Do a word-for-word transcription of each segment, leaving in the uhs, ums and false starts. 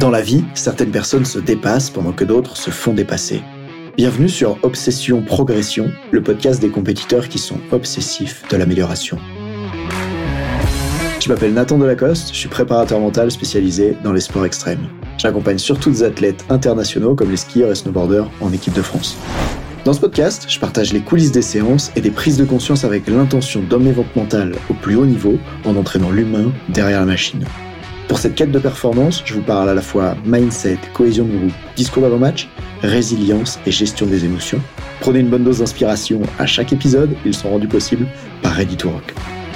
Dans la vie, certaines personnes se dépassent pendant que d'autres se font dépasser. Bienvenue sur Obsession Progression, le podcast des compétiteurs qui sont obsessifs de l'amélioration. Je m'appelle Nathan Delacoste, je suis préparateur mental spécialisé dans les sports extrêmes. J'accompagne surtout des athlètes internationaux comme les skieurs et snowboarders en équipe de France. Dans ce podcast, je partage les coulisses des séances et des prises de conscience avec l'intention d'emmener votre mental au plus haut niveau en entraînant l'humain derrière la machine. Pour cette quête de performance, je vous parle à la fois mindset, cohésion de groupe, discours d'avant-match, résilience et gestion des émotions. Prenez une bonne dose d'inspiration à chaque épisode, ils sont rendus possibles par Ready to Rock.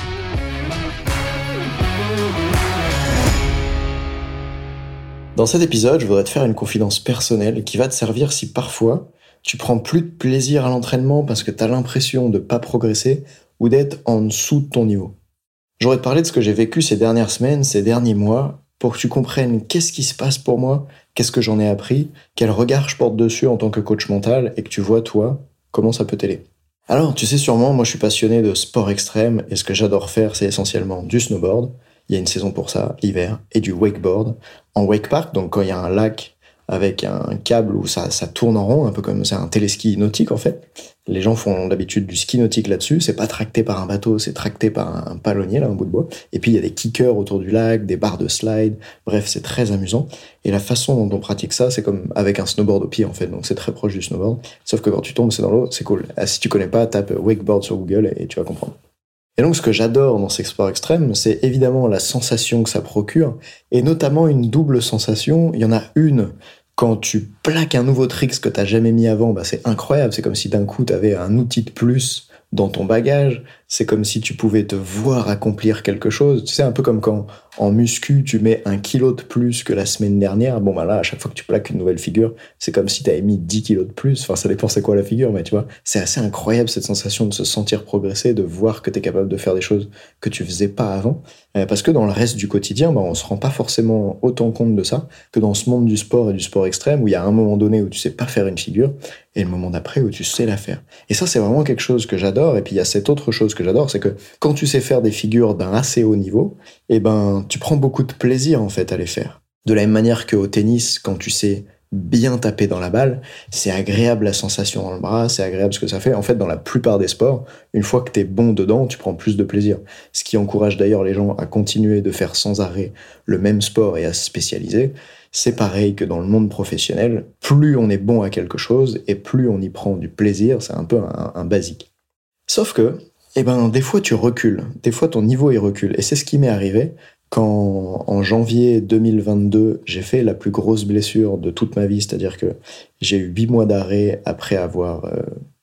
Dans cet épisode, je voudrais te faire une confidence personnelle qui va te servir si parfois tu prends plus de plaisir à l'entraînement parce que tu as l'impression de pas progresser ou d'être en dessous de ton niveau. J'aurais te parler de ce que j'ai vécu ces dernières semaines, ces derniers mois, pour que tu comprennes qu'est-ce qui se passe pour moi, qu'est-ce que j'en ai appris, quel regard je porte dessus en tant que coach mental et que tu vois, toi, comment ça peut t'aider. Alors, tu sais sûrement, moi je suis passionné de sport extrême et ce que j'adore faire, c'est essentiellement du snowboard. Il y a une saison pour ça, l'hiver, et du wakeboard. En wakepark, donc quand il y a un lac avec un câble où ça, ça tourne en rond, un peu comme c'est un téléski nautique en fait. Les gens font d'habitude du ski nautique là-dessus, c'est pas tracté par un bateau, c'est tracté par un palonnier, là, un bout de bois. Et puis il y a des kickers autour du lac, des barres de slide, bref, c'est très amusant. Et la façon dont on pratique ça, c'est comme avec un snowboard au pied en fait, donc c'est très proche du snowboard. Sauf que quand tu tombes, c'est dans l'eau, c'est cool. Ah, si tu connais pas, tape wakeboard sur Google et tu vas comprendre. Et donc, ce que j'adore dans ces sports extrêmes, c'est évidemment la sensation que ça procure, et notamment une double sensation. Il y en a une, quand tu plaques un nouveau trick que t'as jamais mis avant, bah c'est incroyable. C'est comme si d'un coup, t'avais un outil de plus dans ton bagage. C'est comme si tu pouvais te voir accomplir quelque chose. Tu sais, un peu comme quand, en muscu, tu mets un kilo de plus que la semaine dernière. Bon, bah là, à chaque fois que tu plaques une nouvelle figure, c'est comme si t'avais mis dix kilos de plus. Enfin, ça dépend c'est quoi la figure, mais tu vois, c'est assez incroyable cette sensation de se sentir progresser, de voir que t'es capable de faire des choses que tu faisais pas avant. Euh, parce que dans le reste du quotidien, bah, on se rend pas forcément autant compte de ça que dans ce monde du sport et du sport extrême où il y a un moment donné où tu sais pas faire une figure et le moment d'après où tu sais la faire. Et ça, c'est vraiment quelque chose que j'adore. Et puis, il y a cette autre chose que j'adore, c'est que quand tu sais faire des figures d'un assez haut niveau, eh ben, tu prends beaucoup de plaisir, en fait, à les faire. De la même manière qu'au tennis, quand tu sais bien taper dans la balle, c'est agréable la sensation dans le bras, c'est agréable ce que ça fait. En fait, dans la plupart des sports, une fois que t'es bon dedans, tu prends plus de plaisir. Ce qui encourage d'ailleurs les gens à continuer de faire sans arrêt le même sport et à se spécialiser. C'est pareil que dans le monde professionnel, plus on est bon à quelque chose et plus on y prend du plaisir, c'est un peu un, un basique. Sauf que, eh ben, des fois tu recules, des fois ton niveau il recule. Et c'est ce qui m'est arrivé quand, en janvier deux mille vingt-deux, j'ai fait la plus grosse blessure de toute ma vie, c'est-à-dire que j'ai eu huit mois d'arrêt après avoir euh,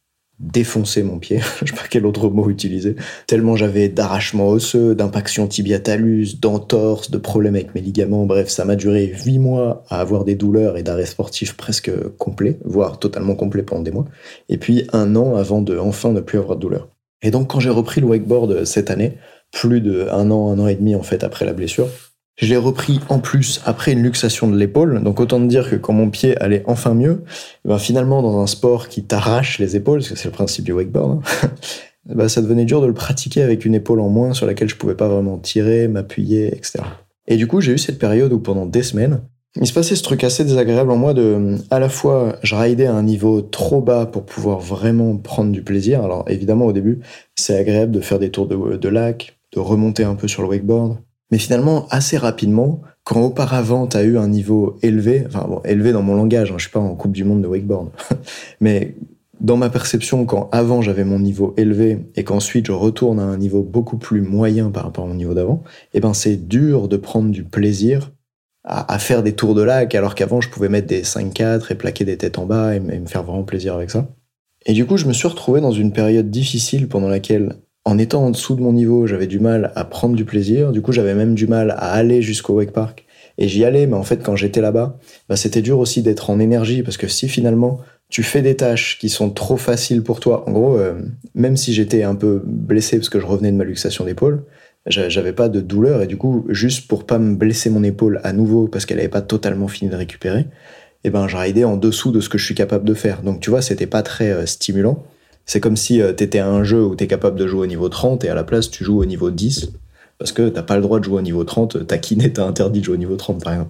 défoncé mon pied, je sais pas quel autre mot utiliser, tellement j'avais d'arrachements osseux, d'impaction tibia-talus, d'entorse, de problèmes avec mes ligaments, bref, ça m'a duré huit mois à avoir des douleurs et d'arrêts sportifs presque complets, voire totalement complets pendant des mois, et puis un an avant de enfin ne plus avoir de douleurs. Et donc quand j'ai repris le wakeboard cette année, plus de un an, un an et demi en fait après la blessure, je l'ai repris en plus après une luxation de l'épaule, donc autant te dire que quand mon pied allait enfin mieux, ben finalement dans un sport qui t'arrache les épaules, parce que c'est le principe du wakeboard, hein, ben ça devenait dur de le pratiquer avec une épaule en moins sur laquelle je pouvais pas vraiment tirer, m'appuyer, et cetera. Et du coup j'ai eu cette période où pendant des semaines, il se passait ce truc assez désagréable en moi de, à la fois, je raidais à un niveau trop bas pour pouvoir vraiment prendre du plaisir. Alors évidemment au début, c'est agréable de faire des tours de, de lac, de remonter un peu sur le wakeboard. Mais finalement, assez rapidement, quand auparavant t'as eu un niveau élevé, enfin bon, élevé dans mon langage, hein, je suis pas en coupe du monde de wakeboard, mais dans ma perception, quand avant j'avais mon niveau élevé et qu'ensuite je retourne à un niveau beaucoup plus moyen par rapport à mon niveau d'avant, eh ben c'est dur de prendre du plaisir à, à faire des tours de lac, alors qu'avant je pouvais mettre des cinq quatre et plaquer des têtes en bas et, et me faire vraiment plaisir avec ça. Et du coup, je me suis retrouvé dans une période difficile pendant laquelle, en étant en dessous de mon niveau, j'avais du mal à prendre du plaisir. Du coup, j'avais même du mal à aller jusqu'au wakepark. Et j'y allais, mais en fait, quand j'étais là-bas, bah, c'était dur aussi d'être en énergie, parce que si finalement, tu fais des tâches qui sont trop faciles pour toi, en gros, euh, même si j'étais un peu blessé parce que je revenais de ma luxation d'épaule, j'avais pas de douleur, et du coup, juste pour pas me blesser mon épaule à nouveau, parce qu'elle avait pas totalement fini de récupérer, et ben, je raidais en dessous de ce que je suis capable de faire. Donc, tu vois, c'était pas très euh, stimulant. C'est comme si euh, t'étais à un jeu où t'es capable de jouer au niveau trente et à la place tu joues au niveau dix parce que t'as pas le droit de jouer au niveau trente, ta kiné t'a interdit de jouer au niveau trente par exemple.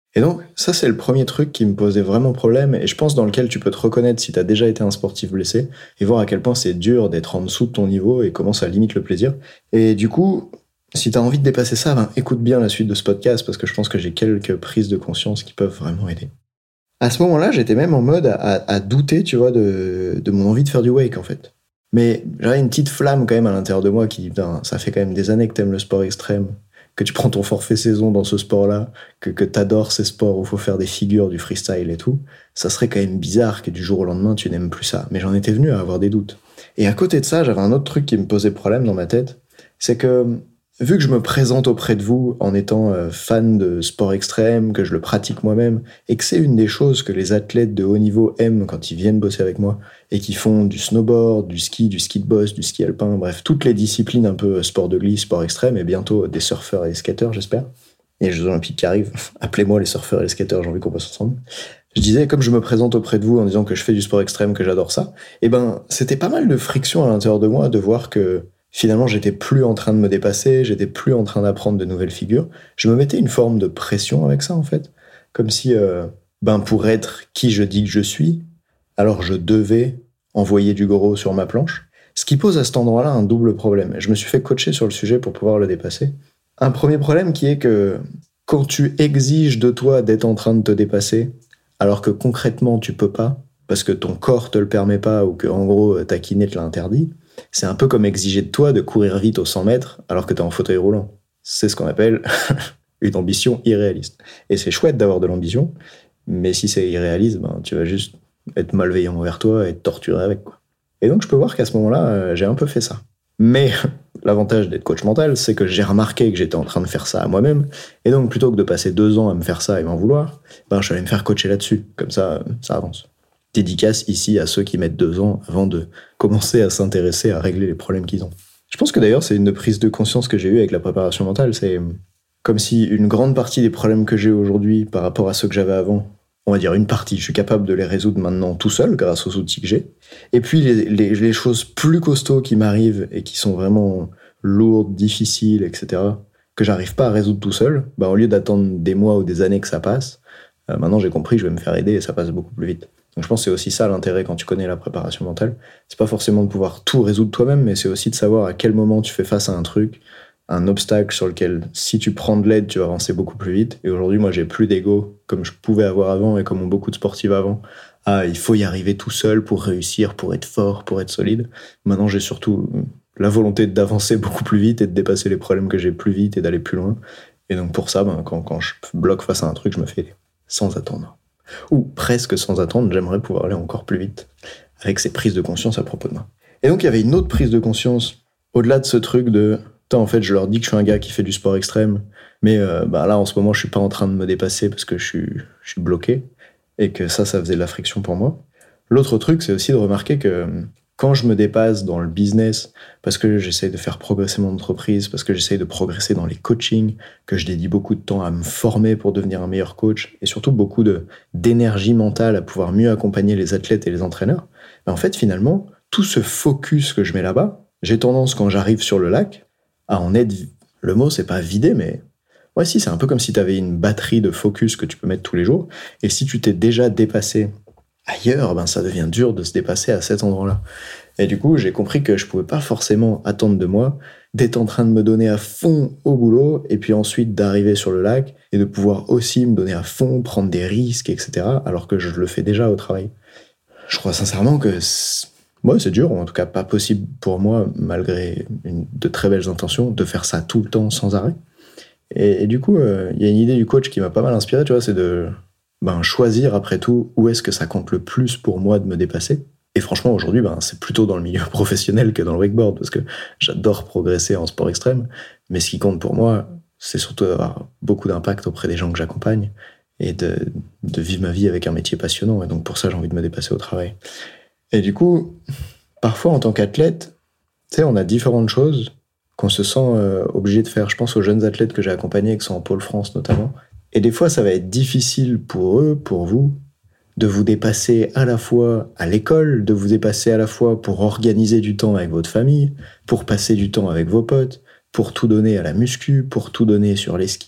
Et donc, ça, c'est le premier truc qui me posait vraiment problème, et je pense dans lequel tu peux te reconnaître si t'as déjà été un sportif blessé, et voir à quel point c'est dur d'être en dessous de ton niveau et comment ça limite le plaisir. Et du coup, si t'as envie de dépasser ça, ben, écoute bien la suite de ce podcast, parce que je pense que j'ai quelques prises de conscience qui peuvent vraiment aider. À ce moment-là, j'étais même en mode à, à douter, tu vois, de, de mon envie de faire du wake, en fait. Mais j'avais une petite flamme quand même à l'intérieur de moi qui dit, putain, ça fait quand même des années que t'aimes le sport extrême, que tu prends ton forfait saison dans ce sport-là, que, que t'adores ces sports où il faut faire des figures, du freestyle et tout, ça serait quand même bizarre que du jour au lendemain, tu n'aimes plus ça. Mais j'en étais venu à avoir des doutes. Et à côté de ça, j'avais un autre truc qui me posait problème dans ma tête, c'est que, vu que je me présente auprès de vous en étant euh, fan de sport extrême, que je le pratique moi-même, et que c'est une des choses que les athlètes de haut niveau aiment quand ils viennent bosser avec moi, et qui font du snowboard, du ski, du ski de boss, du ski alpin, bref, toutes les disciplines un peu sport de glisse, sport extrême, et bientôt des surfeurs et des skateurs, j'espère. Il y a les Jeux Olympiques qui arrivent, appelez-moi les surfeurs et les skateurs, j'ai envie qu'on passe ensemble. Je disais, comme je me présente auprès de vous en disant que je fais du sport extrême, que j'adore ça, et ben, c'était pas mal de friction à l'intérieur de moi de voir que finalement, j'étais plus en train de me dépasser, j'étais plus en train d'apprendre de nouvelles figures. Je me mettais une forme de pression avec ça, en fait. Comme si, euh, ben, pour être qui je dis que je suis, alors je devais envoyer du gros sur ma planche. Ce qui pose à cet endroit-là un double problème. Je me suis fait coacher sur le sujet pour pouvoir le dépasser. Un premier problème qui est que quand tu exiges de toi d'être en train de te dépasser, alors que concrètement tu peux pas, parce que ton corps te le permet pas ou que, en gros, ta kiné te l'a interdit, c'est un peu comme exiger de toi de courir vite aux cent mètres alors que t'es en fauteuil roulant. C'est ce qu'on appelle une ambition irréaliste. Et c'est chouette d'avoir de l'ambition, mais si c'est irréaliste, ben, tu vas juste être malveillant envers toi et te torturer avec, quoi. Et donc je peux voir qu'à ce moment-là, euh, j'ai un peu fait ça. Mais l'avantage d'être coach mental, c'est que j'ai remarqué que j'étais en train de faire ça à moi-même, et donc plutôt que de passer deux ans à me faire ça et m'en vouloir, ben, je suis allé me faire coacher là-dessus. Comme ça, ça avance. Dédicace ici à ceux qui mettent deux ans avant de commencer à s'intéresser à régler les problèmes qu'ils ont. Je pense que d'ailleurs, c'est une prise de conscience que j'ai eue avec la préparation mentale. C'est comme si une grande partie des problèmes que j'ai aujourd'hui par rapport à ceux que j'avais avant, on va dire une partie, je suis capable de les résoudre maintenant tout seul grâce aux outils que j'ai. Et puis les, les, les choses plus costauds qui m'arrivent et qui sont vraiment lourdes, difficiles, et cetera, que j'arrive pas à résoudre tout seul, bah, au lieu d'attendre des mois ou des années que ça passe, euh, maintenant j'ai compris, je vais me faire aider et ça passe beaucoup plus vite. Donc je pense que c'est aussi ça l'intérêt quand tu connais la préparation mentale. C'est pas forcément de pouvoir tout résoudre toi-même, mais c'est aussi de savoir à quel moment tu fais face à un truc, un obstacle sur lequel, si tu prends de l'aide, tu vas avancer beaucoup plus vite. Et aujourd'hui, moi, j'ai plus d'ego comme je pouvais avoir avant et comme ont beaucoup de sportifs avant. Ah, il faut y arriver tout seul pour réussir, pour être fort, pour être solide. Maintenant, j'ai surtout la volonté d'avancer beaucoup plus vite et de dépasser les problèmes que j'ai plus vite et d'aller plus loin. Et donc pour ça, ben, quand, quand je bloque face à un truc, je me fais aider, sans attendre. Ou presque sans attendre, j'aimerais pouvoir aller encore plus vite avec ces prises de conscience à propos de moi. Et donc il y avait une autre prise de conscience au-delà de ce truc de en fait je leur dis que je suis un gars qui fait du sport extrême, mais euh, bah là en ce moment je suis pas en train de me dépasser parce que je suis, je suis bloqué et que ça ça faisait de la friction pour moi. L'autre truc c'est aussi de remarquer que quand je me dépasse dans le business, parce que j'essaye de faire progresser mon entreprise, parce que j'essaye de progresser dans les coachings, que je dédie beaucoup de temps à me former pour devenir un meilleur coach, et surtout beaucoup de, d'énergie mentale à pouvoir mieux accompagner les athlètes et les entraîneurs, ben en fait, finalement, tout ce focus que je mets là-bas, j'ai tendance, quand j'arrive sur le lac, à en être... Le mot, c'est pas vidé, mais... Ouais, si, c'est un peu comme si tu avais une batterie de focus que tu peux mettre tous les jours, et si tu t'es déjà dépassé ailleurs, ben ça devient dur de se dépasser à cet endroit-là. Et du coup, j'ai compris que je pouvais pas forcément attendre de moi d'être en train de me donner à fond au boulot, et puis ensuite d'arriver sur le lac, et de pouvoir aussi me donner à fond, prendre des risques, et cetera, alors que je le fais déjà au travail. Je crois sincèrement que c'est... Ouais, c'est dur, ou en tout cas pas possible pour moi, malgré une... de très belles intentions, de faire ça tout le temps sans arrêt. Et, et du coup, il euh, y a une idée du coach qui m'a pas mal inspiré, tu vois, c'est de... Ben, choisir après tout où est-ce que ça compte le plus pour moi de me dépasser. Et franchement, aujourd'hui, ben, c'est plutôt dans le milieu professionnel que dans le wakeboard, parce que j'adore progresser en sport extrême, mais ce qui compte pour moi, c'est surtout d'avoir beaucoup d'impact auprès des gens que j'accompagne et de, de vivre ma vie avec un métier passionnant. Et donc pour ça, j'ai envie de me dépasser au travail. Et du coup, parfois en tant qu'athlète, tu sais, on a différentes choses qu'on se sent euh, obligé de faire. Je pense aux jeunes athlètes que j'ai accompagnés, qui sont en Pôle France notamment. Et des fois, ça va être difficile pour eux, pour vous, de vous dépasser à la fois à l'école, de vous dépasser à la fois pour organiser du temps avec votre famille, pour passer du temps avec vos potes, pour tout donner à la muscu, pour tout donner sur les skis,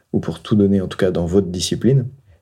ou pour tout donner en tout cas dans votre discipline.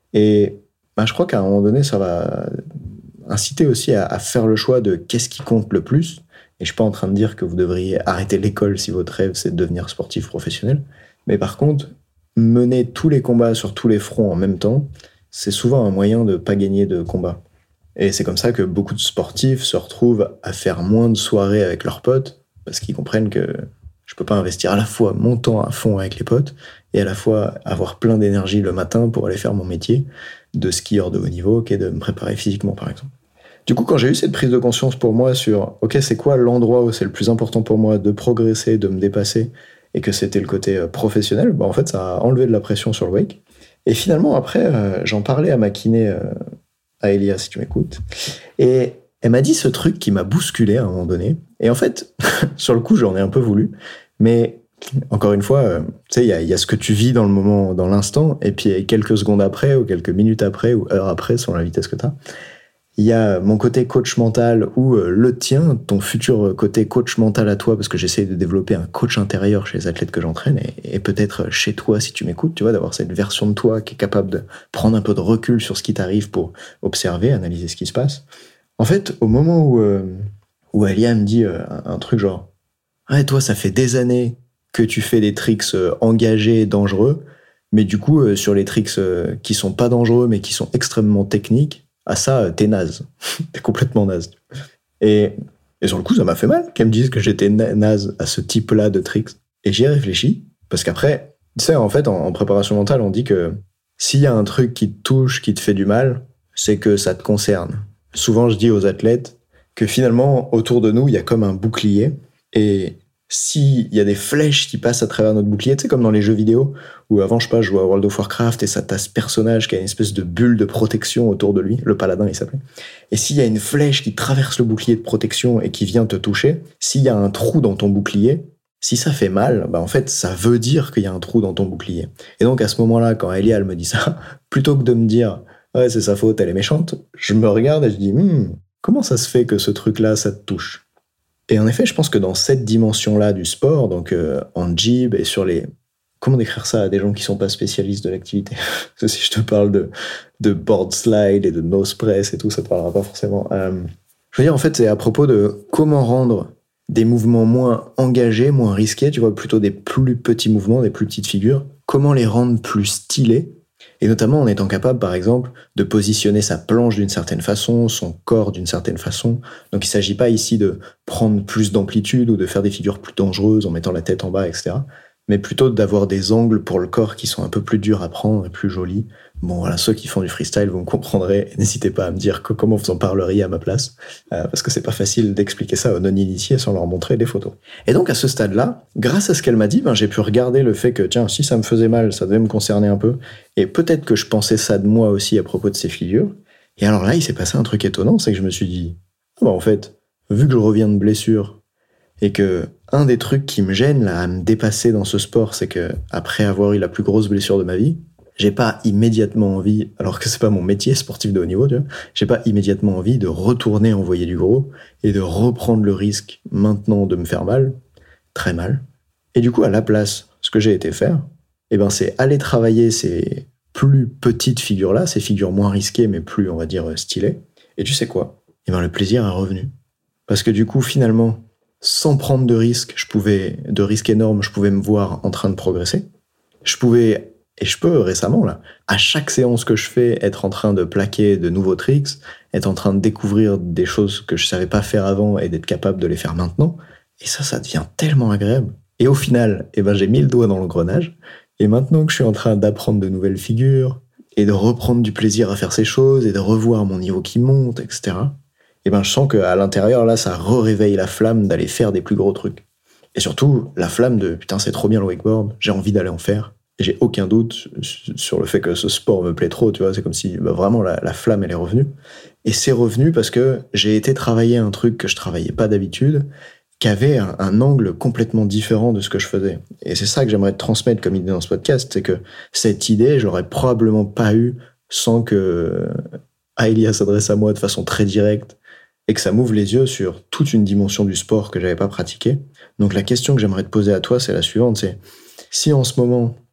Et bah, je crois qu'à un moment donné, ça va inciter aussi à, à faire le choix de qu'est-ce qui compte le plus. Et je suis pas en train de dire que vous devriez arrêter l'école si votre rêve c'est de devenir sportif professionnel. Mais par contre, mener tous les combats sur tous les fronts en même temps, c'est souvent un moyen de pas gagner de combat. Et c'est comme ça que beaucoup de sportifs se retrouvent à faire moins de soirées avec leurs potes, parce qu'ils comprennent que je peux pas investir à la fois mon temps à fond avec les potes, et à la fois avoir plein d'énergie le matin pour aller faire mon métier de skieur de haut niveau, qui est de me préparer physiquement, par exemple. Du coup, quand j'ai eu cette prise de conscience pour moi sur, ok, c'est quoi l'endroit où c'est le plus important pour moi de progresser, de me dépasser, et que c'était le côté professionnel, bah en fait, ça a enlevé de la pression sur le wake. Et finalement, après, euh, j'en parlais à ma kiné, euh, à Elia, si tu m'écoutes, et elle m'a dit ce truc qui m'a bousculé à un moment donné. Et en fait, sur le coup, j'en ai un peu voulu, mais encore une fois, euh, tu sais, il y a, y a ce que tu vis dans le moment, dans l'instant, et puis quelques secondes après, ou quelques minutes après, ou heures après, selon la vitesse que tu as, il y a mon côté coach mental ou euh, le tien, ton futur côté coach mental à toi, parce que j'essaie de développer un coach intérieur chez les athlètes que j'entraîne, et, et peut-être chez toi si tu m'écoutes, tu vois, d'avoir cette version de toi qui est capable de prendre un peu de recul sur ce qui t'arrive pour observer, analyser ce qui se passe. En fait, au moment où, euh, où Elia me dit euh, un, un truc genre « Ouais, toi, ça fait des années que tu fais des tricks euh, engagés, dangereux, mais du coup, euh, sur les tricks euh, qui sont pas dangereux, mais qui sont extrêmement techniques, ah ça, t'es naze. T'es complètement naze. » Et, et sur le coup, ça m'a fait mal qu'elle me dise que j'étais naze à ce type-là de tricks. Et j'y ai réfléchi, parce qu'après, tu sais, en fait, en, en préparation mentale, on dit que s'il y a un truc qui te touche, qui te fait du mal, c'est que ça te concerne. Souvent, je dis aux athlètes que finalement, autour de nous, il y a comme un bouclier, et s'il y a des flèches qui passent à travers notre bouclier, tu sais, comme dans les jeux vidéo, où avant, je sais pas, je jouais à World of Warcraft et ça t'as ce personnage qui a une espèce de bulle de protection autour de lui, le paladin, il s'appelait. Et s'il y a une flèche qui traverse le bouclier de protection et qui vient te toucher, s'il y a un trou dans ton bouclier, si ça fait mal, bah en fait, ça veut dire qu'il y a un trou dans ton bouclier. Et donc, à ce moment-là, quand Elia, elle me dit ça, plutôt que de me dire, ouais, c'est sa faute, elle est méchante, je me regarde et je dis, hmm, comment ça se fait que ce truc-là, ça te touche? Et en effet, je pense que dans cette dimension-là du sport, donc euh, en jib et sur les... Comment décrire ça à des gens qui sont pas spécialistes de l'activité? Parce que si je te parle de, de board slide et de nose press et tout, ça te parlera pas forcément. Euh, je veux dire, en fait, c'est à propos de comment rendre des mouvements moins engagés, moins risqués, tu vois, plutôt des plus petits mouvements, des plus petites figures, comment les rendre plus stylés, et notamment en étant capable, par exemple, de positionner sa planche d'une certaine façon, son corps d'une certaine façon. Donc il ne s'agit pas ici de prendre plus d'amplitude ou de faire des figures plus dangereuses en mettant la tête en bas, et cetera. Mais plutôt d'avoir des angles pour le corps qui sont un peu plus durs à prendre et plus jolis. Bon, voilà, ceux qui font du freestyle, vous me comprendrez. N'hésitez pas à me dire que, comment vous en parleriez à ma place, euh, parce que c'est pas facile d'expliquer ça aux non-initiés sans leur montrer des photos. Et donc, à ce stade-là, grâce à ce qu'elle m'a dit, ben, j'ai pu regarder le fait que, tiens, si ça me faisait mal, ça devait me concerner un peu. Et peut-être que je pensais ça de moi aussi à propos de ces figures. Et alors là, il s'est passé un truc étonnant, c'est que je me suis dit, ah ben, en fait, vu que je reviens de blessure, et que un des trucs qui me gêne là à me dépasser dans ce sport, c'est que après avoir eu la plus grosse blessure de ma vie, j'ai pas immédiatement envie, alors que c'est pas mon métier sportif de haut niveau, tu vois, j'ai pas immédiatement envie de retourner envoyer du gros et de reprendre le risque maintenant de me faire mal, très mal. Et du coup, à la place, ce que j'ai été faire, eh ben, c'est aller travailler ces plus petites figures-là, ces figures moins risquées mais plus, on va dire, stylées. Et tu sais quoi? Eh ben, le plaisir est revenu. Parce que du coup, finalement, sans prendre de risques, je pouvais, de risques énormes, je pouvais me voir en train de progresser. Je pouvais, et je peux récemment, là, à chaque séance que je fais, être en train de plaquer de nouveaux tricks, être en train de découvrir des choses que je savais pas faire avant et d'être capable de les faire maintenant. Et ça, ça devient tellement agréable. Et au final, eh ben, j'ai mis le doigt dans l'engrenage. Et maintenant que je suis en train d'apprendre de nouvelles figures et de reprendre du plaisir à faire ces choses et de revoir mon niveau qui monte, et cetera, et ben je sens qu'à l'intérieur, là, ça re-réveille la flamme d'aller faire des plus gros trucs. Et surtout, la flamme de « putain, c'est trop bien le wakeboard, j'ai envie d'aller en faire ». Et j'ai aucun doute sur le fait que ce sport me plaît trop, tu vois, c'est comme si bah, vraiment la, la flamme, elle est revenue. Et c'est revenu parce que j'ai été travailler un truc que je travaillais pas d'habitude, qui avait un, un angle complètement différent de ce que je faisais. Et c'est ça que j'aimerais te transmettre comme idée dans ce podcast, c'est que cette idée, je l'aurais probablement pas eue sans que Aelia s'adresse à moi de façon très directe, et que ça m'ouvre les yeux sur toute une dimension du sport que j'avais pas pratiquée. Donc la question que j'aimerais te poser à toi, c'est la suivante, c'est si en ce moment,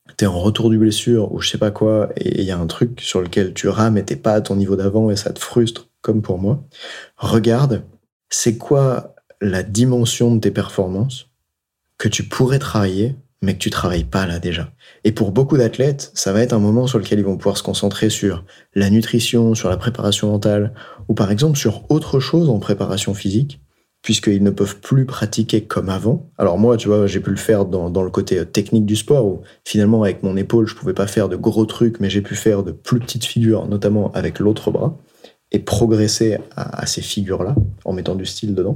t'es en retour du blessure ou je sais pas quoi, et il y a un truc sur lequel tu rames et t'es pas à ton niveau d'avant et ça te frustre, comme pour moi, regarde, c'est quoi la dimension de tes performances que tu pourrais travailler, mais que tu travailles pas là déjà. Et pour beaucoup d'athlètes, ça va être un moment sur lequel ils vont pouvoir se concentrer sur la nutrition, sur la préparation mentale, ou par exemple sur autre chose en préparation physique, puisqu'ils ne peuvent plus pratiquer comme avant. Alors moi, tu vois, j'ai pu le faire dans, dans le côté technique du sport, où finalement, avec mon épaule, je pouvais pas faire de gros trucs, mais j'ai pu faire de plus petites figures, notamment avec l'autre bras, et progresser à, à ces figures-là, en mettant du style dedans.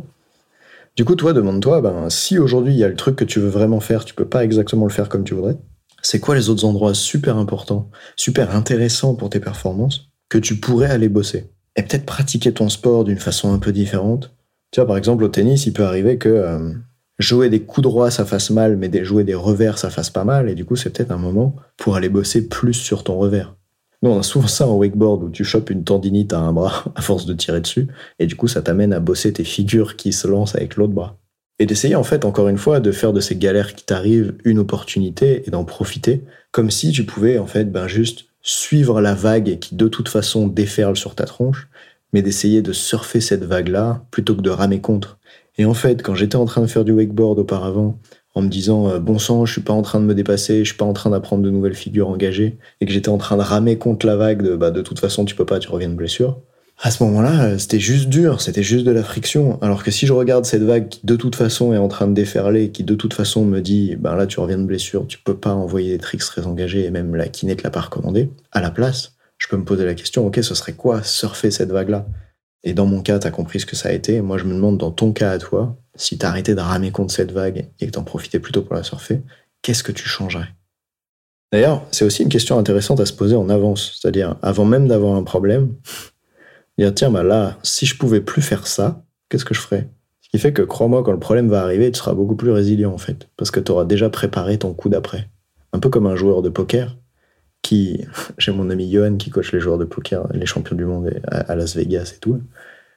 Du coup, toi, demande-toi, ben, si aujourd'hui, il y a le truc que tu veux vraiment faire, tu peux pas exactement le faire comme tu voudrais, c'est quoi les autres endroits super importants, super intéressants pour tes performances, que tu pourrais aller bosser? Et peut-être pratiquer ton sport d'une façon un peu différente. Tu vois, par exemple, au tennis, il peut arriver que euh, jouer des coups droits, ça fasse mal, mais des, jouer des revers, ça fasse pas mal. Et du coup, c'est peut-être un moment pour aller bosser plus sur ton revers. Nous, on a souvent ça en wakeboard, où tu chopes une tendinite à un bras à force de tirer dessus. Et du coup, ça t'amène à bosser tes figures qui se lancent avec l'autre bras. Et d'essayer, en fait, encore une fois, de faire de ces galères qui t'arrivent une opportunité et d'en profiter, comme si tu pouvais, en fait, ben juste suivre la vague qui, de toute façon, déferle sur ta tronche, mais d'essayer de surfer cette vague-là plutôt que de ramer contre. Et en fait, quand j'étais en train de faire du wakeboard auparavant, en me disant euh, bon sang, je suis pas en train de me dépasser, je suis pas en train d'apprendre de nouvelles figures engagées, et que j'étais en train de ramer contre la vague de bah de toute façon tu peux pas, tu reviens de blessure. À ce moment-là, c'était juste dur, c'était juste de la friction. Alors que si je regarde cette vague qui de toute façon est en train de déferler, qui de toute façon me dit ben là tu reviens de blessure, tu peux pas envoyer des tricks très engagés, et même la kiné te l'a pas recommandé, à la place, je peux me poser la question, ok, ce serait quoi surfer cette vague-là? Et dans mon cas, t'as compris ce que ça a été. Moi, je me demande, dans ton cas à toi, si t'as arrêté de ramer contre cette vague et que t'en profitais plutôt pour la surfer, qu'est-ce que tu changerais? D'ailleurs, c'est aussi une question intéressante à se poser en avance. C'est-à-dire, avant même d'avoir un problème, dire, tiens, bah là, si je pouvais plus faire ça, qu'est-ce que je ferais? Ce qui fait que, crois-moi, quand le problème va arriver, tu seras beaucoup plus résilient, en fait. Parce que t'auras déjà préparé ton coup d'après. Un peu comme un joueur de poker qui, j'ai mon ami Johan qui coach les joueurs de poker, les champions du monde à Las Vegas et tout,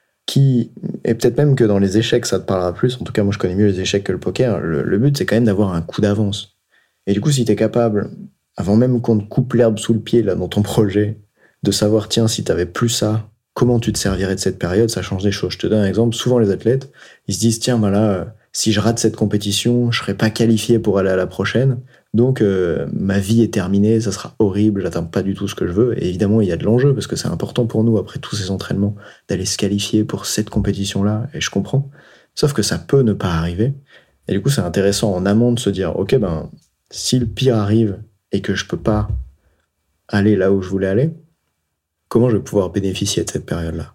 qui, et peut-être même que dans les échecs ça te parlera plus, en tout cas moi je connais mieux les échecs que le poker, le, le but c'est quand même d'avoir un coup d'avance. Et du coup si t'es capable, avant même qu'on te coupe l'herbe sous le pied là dans ton projet, de savoir tiens si t'avais plus ça, comment tu te servirais de cette période, ça change des choses. Je te donne un exemple, souvent les athlètes, ils se disent tiens bah là, si je rate cette compétition, je serai pas qualifié pour aller à la prochaine. Donc euh, ma vie est terminée, ça sera horrible, j'atteins pas du tout ce que je veux. Et évidemment, il y a de l'enjeu parce que c'est important pour nous, après tous ces entraînements, d'aller se qualifier pour cette compétition-là, et je comprends. Sauf que ça peut ne pas arriver. Et du coup, c'est intéressant en amont de se dire, ok, ben, si le pire arrive et que je peux pas aller là où je voulais aller, comment je vais pouvoir bénéficier de cette période-là?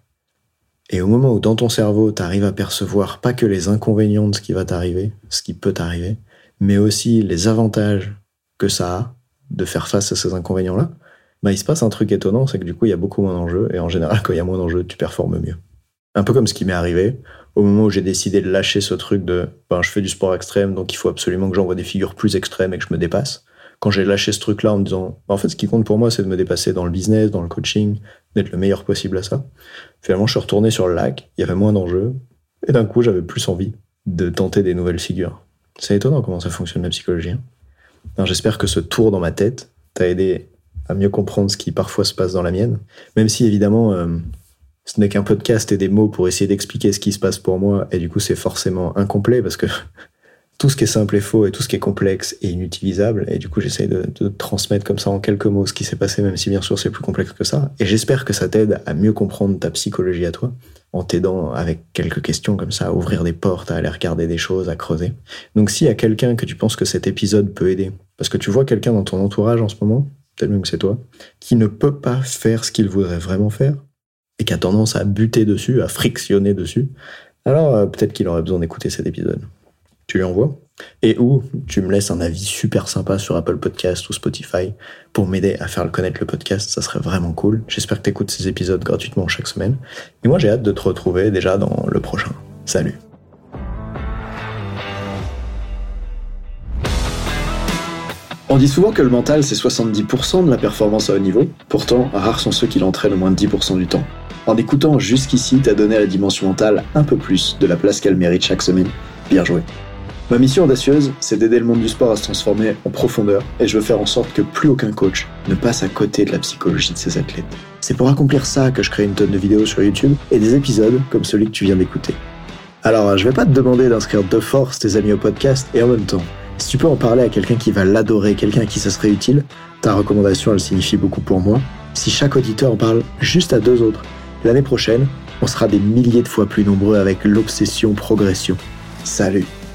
Et au moment où dans ton cerveau, t'arrives à percevoir pas que les inconvénients de ce qui va t'arriver, ce qui peut t'arriver, mais aussi les avantages que ça a de faire face à ces inconvénients-là, bah il se passe un truc étonnant, c'est que du coup, il y a beaucoup moins d'enjeux, et en général, quand il y a moins d'enjeux, tu performes mieux. Un peu comme ce qui m'est arrivé, au moment où j'ai décidé de lâcher ce truc de « ben je fais du sport extrême, donc il faut absolument que j'envoie des figures plus extrêmes et que je me dépasse », quand j'ai lâché ce truc-là en me disant bah, « en fait, ce qui compte pour moi, c'est de me dépasser dans le business, dans le coaching, d'être le meilleur possible à ça », finalement, je suis retourné sur le lac, il y avait moins d'enjeux, et d'un coup, j'avais plus envie de tenter des nouvelles figures. C'est étonnant comment ça fonctionne la psychologie. Hein. Alors, j'espère que ce tour dans ma tête t'a aidé à mieux comprendre ce qui parfois se passe dans la mienne. Même si évidemment, euh, ce n'est qu'un podcast et des mots pour essayer d'expliquer ce qui se passe pour moi, et du coup c'est forcément incomplet parce que tout ce qui est simple est faux et tout ce qui est complexe est inutilisable, et du coup j'essaye de, de transmettre comme ça en quelques mots ce qui s'est passé, même si bien sûr c'est plus complexe que ça. Et j'espère que ça t'aide à mieux comprendre ta psychologie à toi, en t'aidant avec quelques questions comme ça, à ouvrir des portes, à aller regarder des choses, à creuser. Donc s'il y a quelqu'un que tu penses que cet épisode peut aider, parce que tu vois quelqu'un dans ton entourage en ce moment, peut-être même que c'est toi, qui ne peut pas faire ce qu'il voudrait vraiment faire, et qui a tendance à buter dessus, à frictionner dessus, alors euh, peut-être qu'il aurait besoin d'écouter cet épisode. Tu lui envoies, et ou tu me laisses un avis super sympa sur Apple Podcast ou Spotify pour m'aider à faire le connaître le podcast, ça serait vraiment cool. J'espère que tu écoutes ces épisodes gratuitement chaque semaine. Et moi j'ai hâte de te retrouver déjà dans le prochain. Salut. On dit souvent que le mental c'est soixante-dix pour cent de la performance à haut niveau, pourtant rares sont ceux qui l'entraînent au moins de dix pour cent du temps. En écoutant jusqu'ici, t'as donné à la dimension mentale un peu plus de la place qu'elle mérite chaque semaine. Bien joué. Ma mission audacieuse, c'est d'aider le monde du sport à se transformer en profondeur, et je veux faire en sorte que plus aucun coach ne passe à côté de la psychologie de ses athlètes. C'est pour accomplir ça que je crée une tonne de vidéos sur YouTube et des épisodes comme celui que tu viens d'écouter. Alors, je vais pas te demander d'inscrire de force tes amis au podcast, et en même temps, si tu peux en parler à quelqu'un qui va l'adorer, quelqu'un à qui ça serait utile, ta recommandation, elle signifie beaucoup pour moi. Si chaque auditeur en parle juste à deux autres, l'année prochaine, on sera des milliers de fois plus nombreux avec l'obsession progression. Salut!